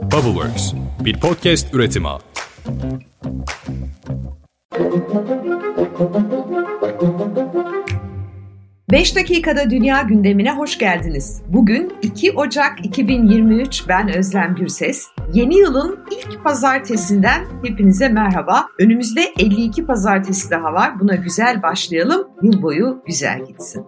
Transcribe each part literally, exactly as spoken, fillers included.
Bubbleworks, bir podcast üretimi. beş dakikada dünya gündemine hoş geldiniz. Bugün iki Ocak iki bin yirmi üç, ben Özlem Gürses. Yeni yılın ilk pazartesinden hepinize merhaba. Önümüzde elli iki pazartesi daha var. Buna güzel başlayalım. Yıl boyu güzel gitsin.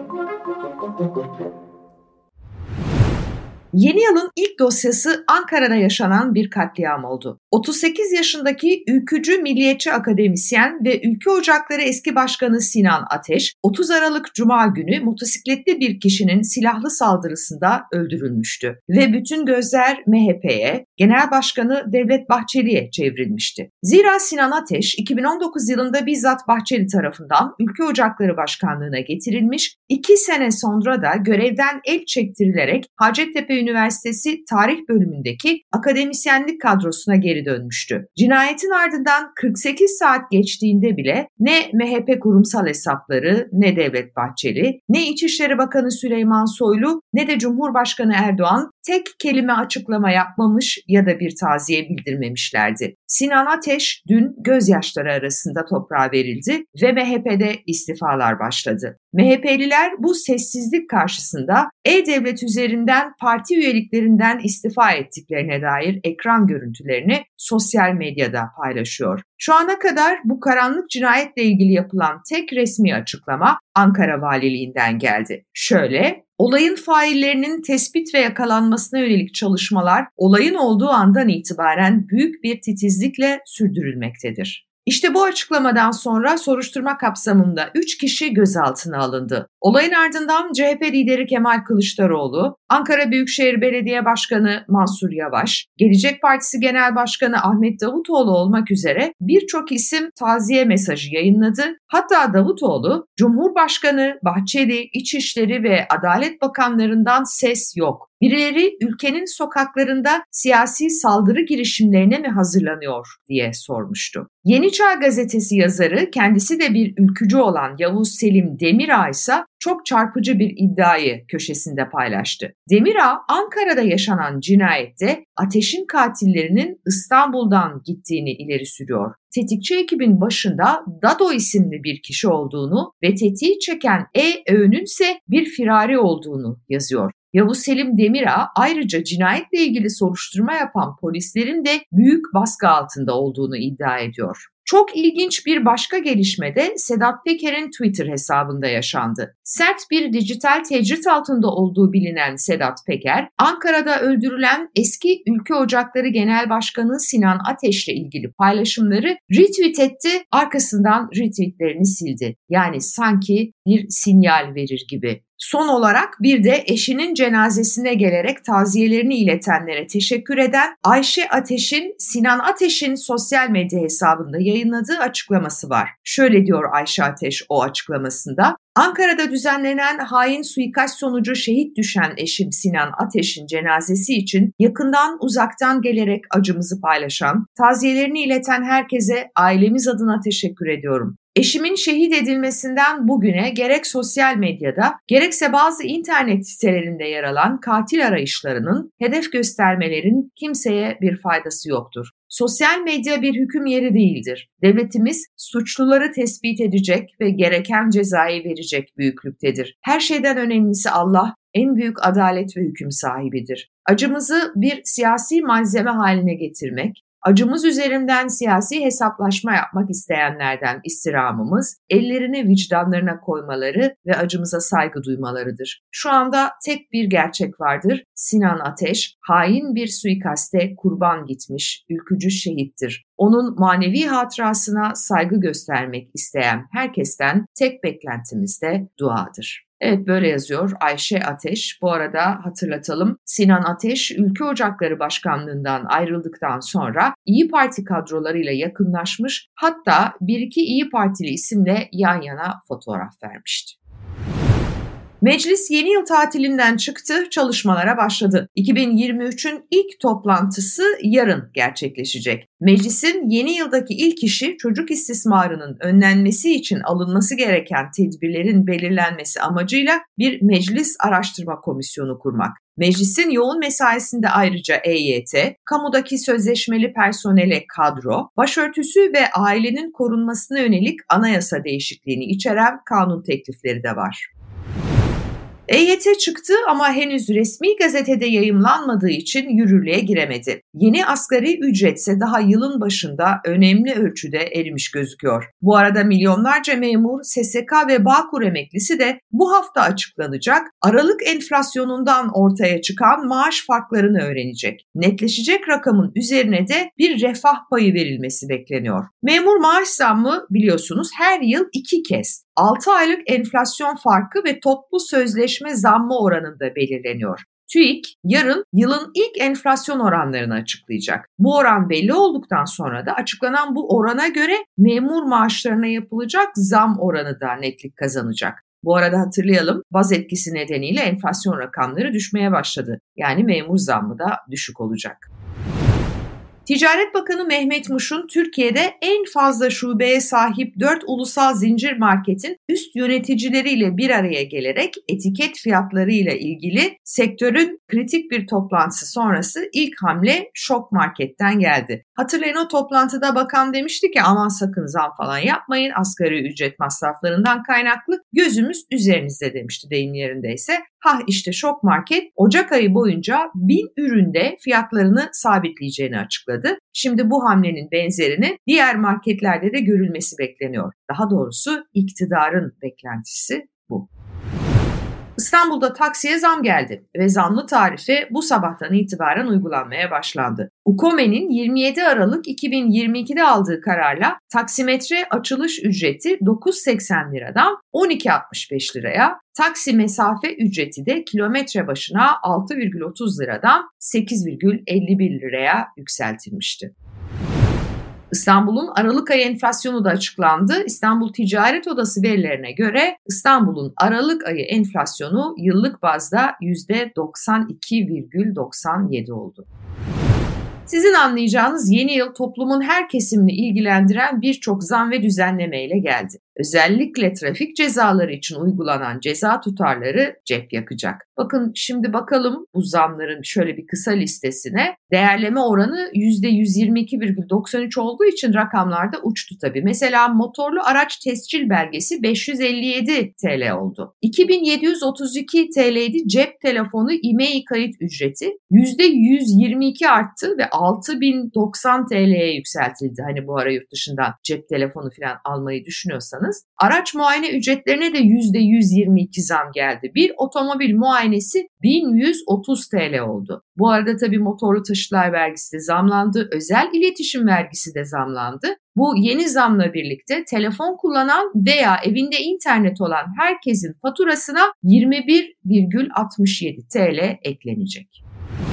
Yeni yılın ilk dosyası Ankara'da yaşanan bir katliam oldu. otuz sekiz yaşındaki ülkücü milliyetçi akademisyen ve Ülke Ocakları eski başkanı Sinan Ateş, otuz Aralık Cuma günü motosikletli bir kişinin silahlı saldırısında öldürülmüştü. Ve bütün gözler M H P'ye, Genel Başkanı Devlet Bahçeli'ye çevrilmişti. Zira Sinan Ateş, iki bin on dokuz yılında bizzat Bahçeli tarafından Ülke Ocakları Başkanlığı'na getirilmiş, iki sene sonra da görevden el çektirilerek Hacettepe Üniversitesi Tarih Bölümündeki akademisyenlik kadrosuna geri dönmüştü. Cinayetin ardından kırk sekiz saat geçtiğinde bile ne M H P kurumsal hesapları, ne Devlet Bahçeli, ne İçişleri Bakanı Süleyman Soylu, ne de Cumhurbaşkanı Erdoğan tek kelime açıklama yapmamış ya da bir taziye bildirmemişlerdi. Sinan Ateş dün gözyaşları arasında toprağa verildi ve M H P'de istifalar başladı. M H P'liler bu sessizlik karşısında E-Devlet üzerinden parti üyeliklerinden istifa ettiklerine dair ekran görüntülerini sosyal medyada paylaşıyor. Şu ana kadar bu karanlık cinayetle ilgili yapılan tek resmi açıklama Ankara Valiliğinden geldi. Şöyle: olayın faillerinin tespit ve yakalanmasına yönelik çalışmalar olayın olduğu andan itibaren büyük bir titizlikle sürdürülmektedir. İşte bu açıklamadan sonra soruşturma kapsamında üç kişi gözaltına alındı. Olayın ardından C H P lideri Kemal Kılıçdaroğlu, Ankara Büyükşehir Belediye Başkanı Mansur Yavaş, Gelecek Partisi Genel Başkanı Ahmet Davutoğlu olmak üzere birçok isim taziye mesajı yayınladı. Hatta Davutoğlu, Cumhurbaşkanı, Bahçeli, İçişleri ve Adalet Bakanlarından ses yok. Birileri ülkenin sokaklarında siyasi saldırı girişimlerine mi hazırlanıyor diye sormuştu. Yeni Çağ Gazetesi yazarı, kendisi de bir ülkücü olan Yavuz Selim Demirağ ise çok çarpıcı bir iddiayı köşesinde paylaştı. Demirağ, Ankara'da yaşanan cinayette Ateş'in katillerinin İstanbul'dan gittiğini ileri sürüyor. Tetikçi ekibin başında Dado isimli bir kişi olduğunu ve tetiği çeken E-Öğün'ün ise bir firari olduğunu yazıyor. Yavuz Selim Demirağ ayrıca cinayetle ilgili soruşturma yapan polislerin de büyük baskı altında olduğunu iddia ediyor. Çok ilginç bir başka gelişme de Sedat Peker'in Twitter hesabında yaşandı. Sert bir dijital tecrit altında olduğu bilinen Sedat Peker, Ankara'da öldürülen eski Ülke Ocakları Genel Başkanı Sinan Ateş'le ilgili paylaşımları retweet etti, arkasından retweetlerini sildi. Yani sanki bir sinyal verir gibi. Son olarak bir de eşinin cenazesine gelerek taziyelerini iletenlere teşekkür eden Ayşe Ateş'in Sinan Ateş'in sosyal medya hesabında yayınladığı açıklaması var. Şöyle diyor Ayşe Ateş o açıklamasında: Ankara'da düzenlenen hain suikast sonucu şehit düşen eşim Sinan Ateş'in cenazesi için yakından uzaktan gelerek acımızı paylaşan, taziyelerini ileten herkese ailemiz adına teşekkür ediyorum. Eşimin şehit edilmesinden bugüne gerek sosyal medyada gerekse bazı internet sitelerinde yer alan katil arayışlarının, hedef göstermelerin kimseye bir faydası yoktur. Sosyal medya bir hüküm yeri değildir. Devletimiz suçluları tespit edecek ve gereken cezayı verecek büyüklüktedir. Her şeyden önemlisi Allah, en büyük adalet ve hüküm sahibidir. Acımızı bir siyasi malzeme haline getirmek, acımız üzerinden siyasi hesaplaşma yapmak isteyenlerden istirhamımız, ellerini vicdanlarına koymaları ve acımıza saygı duymalarıdır. Şu anda tek bir gerçek vardır: Sinan Ateş, hain bir suikaste kurban gitmiş, ülkücü şehittir. Onun manevi hatırasına saygı göstermek isteyen herkesten tek beklentimiz de duadır. Evet, böyle yazıyor Ayşe Ateş. Bu arada hatırlatalım, Sinan Ateş Ülke Ocakları Başkanlığından ayrıldıktan sonra İyi Parti kadrolarıyla yakınlaşmış, hatta bir iki İyi Partili isimle yan yana fotoğraf vermişti. Meclis yeni yıl tatilinden çıktı, çalışmalara başladı. iki bin yirmi üçün ilk toplantısı yarın gerçekleşecek. Meclisin yeni yıldaki ilk işi çocuk istismarının önlenmesi için alınması gereken tedbirlerin belirlenmesi amacıyla bir meclis araştırma komisyonu kurmak. Meclisin yoğun mesaisinde ayrıca E Y T, kamudaki sözleşmeli personele kadro, başörtüsü ve ailenin korunmasına yönelik anayasa değişikliğini içeren kanun teklifleri de var. E Y T çıktı ama henüz resmi gazetede yayımlanmadığı için yürürlüğe giremedi. Yeni asgari ücretse daha yılın başında önemli ölçüde erimiş gözüküyor. Bu arada milyonlarca memur, S S K ve Bağkur emeklisi de bu hafta açıklanacak Aralık enflasyonundan ortaya çıkan maaş farklarını öğrenecek. Netleşecek rakamın üzerine de bir refah payı verilmesi bekleniyor. Memur maaş zammı biliyorsunuz her yıl iki kez altı aylık enflasyon farkı ve toplu sözleşme zammı oranında belirleniyor. TÜİK yarın yılın ilk enflasyon oranlarını açıklayacak. Bu oran belli olduktan sonra da açıklanan bu orana göre memur maaşlarına yapılacak zam oranı da netlik kazanacak. Bu arada hatırlayalım, baz etkisi nedeniyle enflasyon rakamları düşmeye başladı. Yani memur zammı da düşük olacak. Ticaret Bakanı Mehmet Muş'un Türkiye'de en fazla şubeye sahip dört ulusal zincir marketin üst yöneticileriyle bir araya gelerek etiket fiyatlarıyla ilgili sektörün kritik bir toplantısı sonrası ilk hamle Şok Market'ten geldi. Hatırlayın, o toplantıda bakan demişti ki aman sakın zam falan yapmayın, asgari ücret masraflarından kaynaklı, gözümüz üzerinizde demişti deyim yerindeyse. Ha işte Şok Market Ocak ayı boyunca bin üründe fiyatlarını sabitleyeceğini açıkladı. Şimdi bu hamlenin benzerini diğer marketlerde de görülmesi bekleniyor. Daha doğrusu iktidarın beklentisi bu. İstanbul'da taksiye zam geldi ve zamlı tarife bu sabahtan itibaren uygulanmaya başlandı. UKOME'nin yirmi yedi Aralık iki bin yirmi ikide aldığı kararla taksimetre açılış ücreti dokuz virgül seksen liradan on iki virgül altmış beş liraya, taksi mesafe ücreti de kilometre başına altı virgül otuz liradan sekiz virgül elli bir liraya yükseltilmişti. İstanbul'un Aralık ayı enflasyonu da açıklandı. İstanbul Ticaret Odası verilerine göre İstanbul'un Aralık ayı enflasyonu yıllık bazda yüzde doksan iki virgül doksan yedi oldu. Sizin anlayacağınız yeni yıl toplumun her kesimini ilgilendiren birçok zam ve düzenlemeyle geldi. Özellikle trafik cezaları için uygulanan ceza tutarları cep yakacak. Bakın şimdi bakalım bu zamların şöyle bir kısa listesine. Değerleme oranı yüzde yüz yirmi iki virgül doksan üç olduğu için rakamlarda uçtu tabii. Mesela motorlu araç tescil belgesi beş yüz elli yedi TL oldu. iki bin yedi yüz otuz iki TL'ydi cep telefonu e-mail kayıt ücreti. yüzde yüz yirmi iki arttı ve altı bin doksan TL'ye yükseltildi. Hani bu ara yurt dışından cep telefonu falan almayı düşünüyorsanız. Araç muayene ücretlerine de yüzde yüz yirmi iki zam geldi. Bir otomobil muayenesi bin yüz otuz TL oldu. Bu arada tabii motorlu taşıtlar vergisi de zamlandı, özel iletişim vergisi de zamlandı. Bu yeni zamla birlikte telefon kullanan veya evinde internet olan herkesin faturasına yirmi bir virgül altmış yedi TL eklenecek.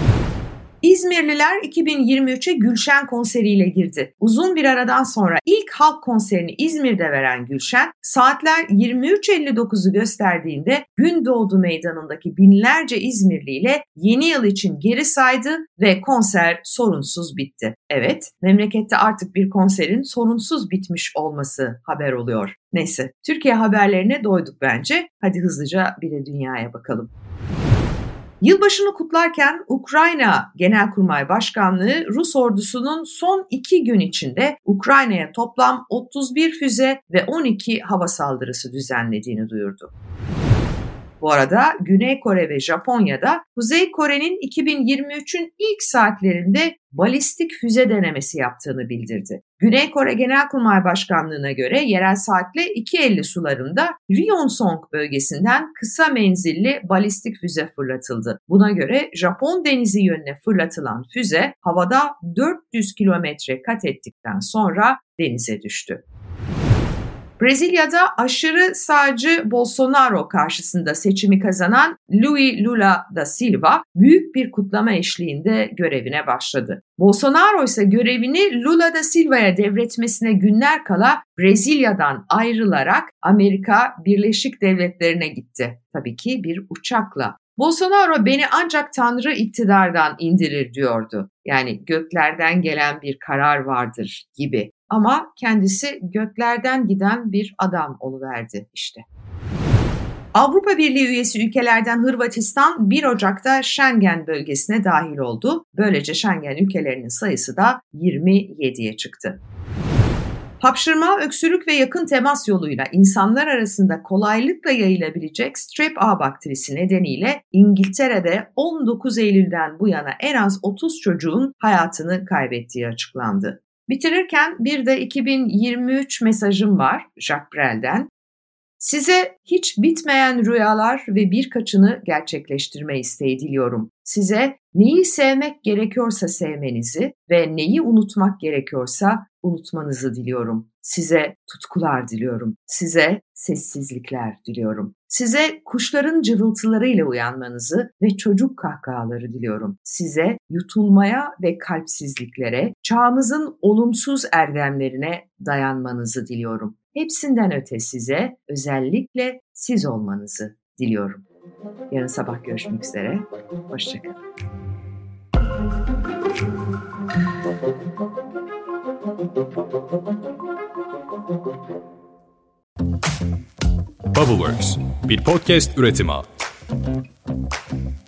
İzmirliler iki bin yirmi üçe Gülşen konseriyle girdi. Uzun bir aradan sonra ilk halk konserini İzmir'de veren Gülşen, saatler yirmi üç elli dokuzu gösterdiğinde Gündoğdu Meydanı'ndaki binlerce İzmirliyle yeni yıl için geri saydı ve konser sorunsuz bitti. Evet, memlekette artık bir konserin sorunsuz bitmiş olması haber oluyor. Neyse, Türkiye haberlerine doyduk bence. Hadi hızlıca bir de dünyaya bakalım. Yılbaşını kutlarken Ukrayna Genelkurmay Başkanlığı Rus ordusunun son iki gün içinde Ukrayna'ya toplam otuz bir füze ve on iki hava saldırısı düzenlediğini duyurdu. Bu arada Güney Kore ve Japonya'da Kuzey Kore'nin iki bin yirmi üçün ilk saatlerinde balistik füze denemesi yaptığını bildirdi. Güney Kore Genelkurmay Başkanlığı'na göre yerel saatle iki elli sularında Ryonsong bölgesinden kısa menzilli balistik füze fırlatıldı. Buna göre Japon denizi yönüne fırlatılan füze havada dört yüz kilometre kat ettikten sonra denize düştü. Brezilya'da aşırı sağcı Bolsonaro karşısında seçimi kazanan Luiz Lula da Silva büyük bir kutlama eşliğinde görevine başladı. Bolsonaro ise görevini Lula da Silva'ya devretmesine günler kala Brezilya'dan ayrılarak Amerika Birleşik Devletleri'ne gitti. Tabii ki bir uçakla. Bolsonaro beni ancak Tanrı iktidardan indirir diyordu. Yani göklerden gelen bir karar vardır gibi. Ama kendisi göklerden giden bir adam oluverdi işte. Avrupa Birliği üyesi ülkelerden Hırvatistan bir Ocak'ta Schengen bölgesine dahil oldu. Böylece Schengen ülkelerinin sayısı da yirmi yediye çıktı. Hapşırma, öksürük ve yakın temas yoluyla insanlar arasında kolaylıkla yayılabilecek strep A bakterisi nedeniyle İngiltere'de on dokuz Eylül'den bu yana en az otuz çocuğun hayatını kaybettiği açıklandı. Bitirirken bir de iki bin yirmi üç mesajım var Jacques Brel'den. Size hiç bitmeyen rüyalar ve birkaçını gerçekleştirme isteği diliyorum. Size neyi sevmek gerekiyorsa sevmenizi ve neyi unutmak gerekiyorsa unutmanızı diliyorum. Size tutkular diliyorum. Size sessizlikler diliyorum. Size kuşların cıvıltılarıyla uyanmanızı ve çocuk kahkahaları diliyorum. Size yutulmaya ve kalpsizliklere, çağımızın olumsuz erdemlerine dayanmanızı diliyorum. Hepsinden öte size özellikle siz olmanızı diliyorum. Yarın sabah görüşmek üzere. Hoşça kalın. Bubbleworks bir podcast üretimi.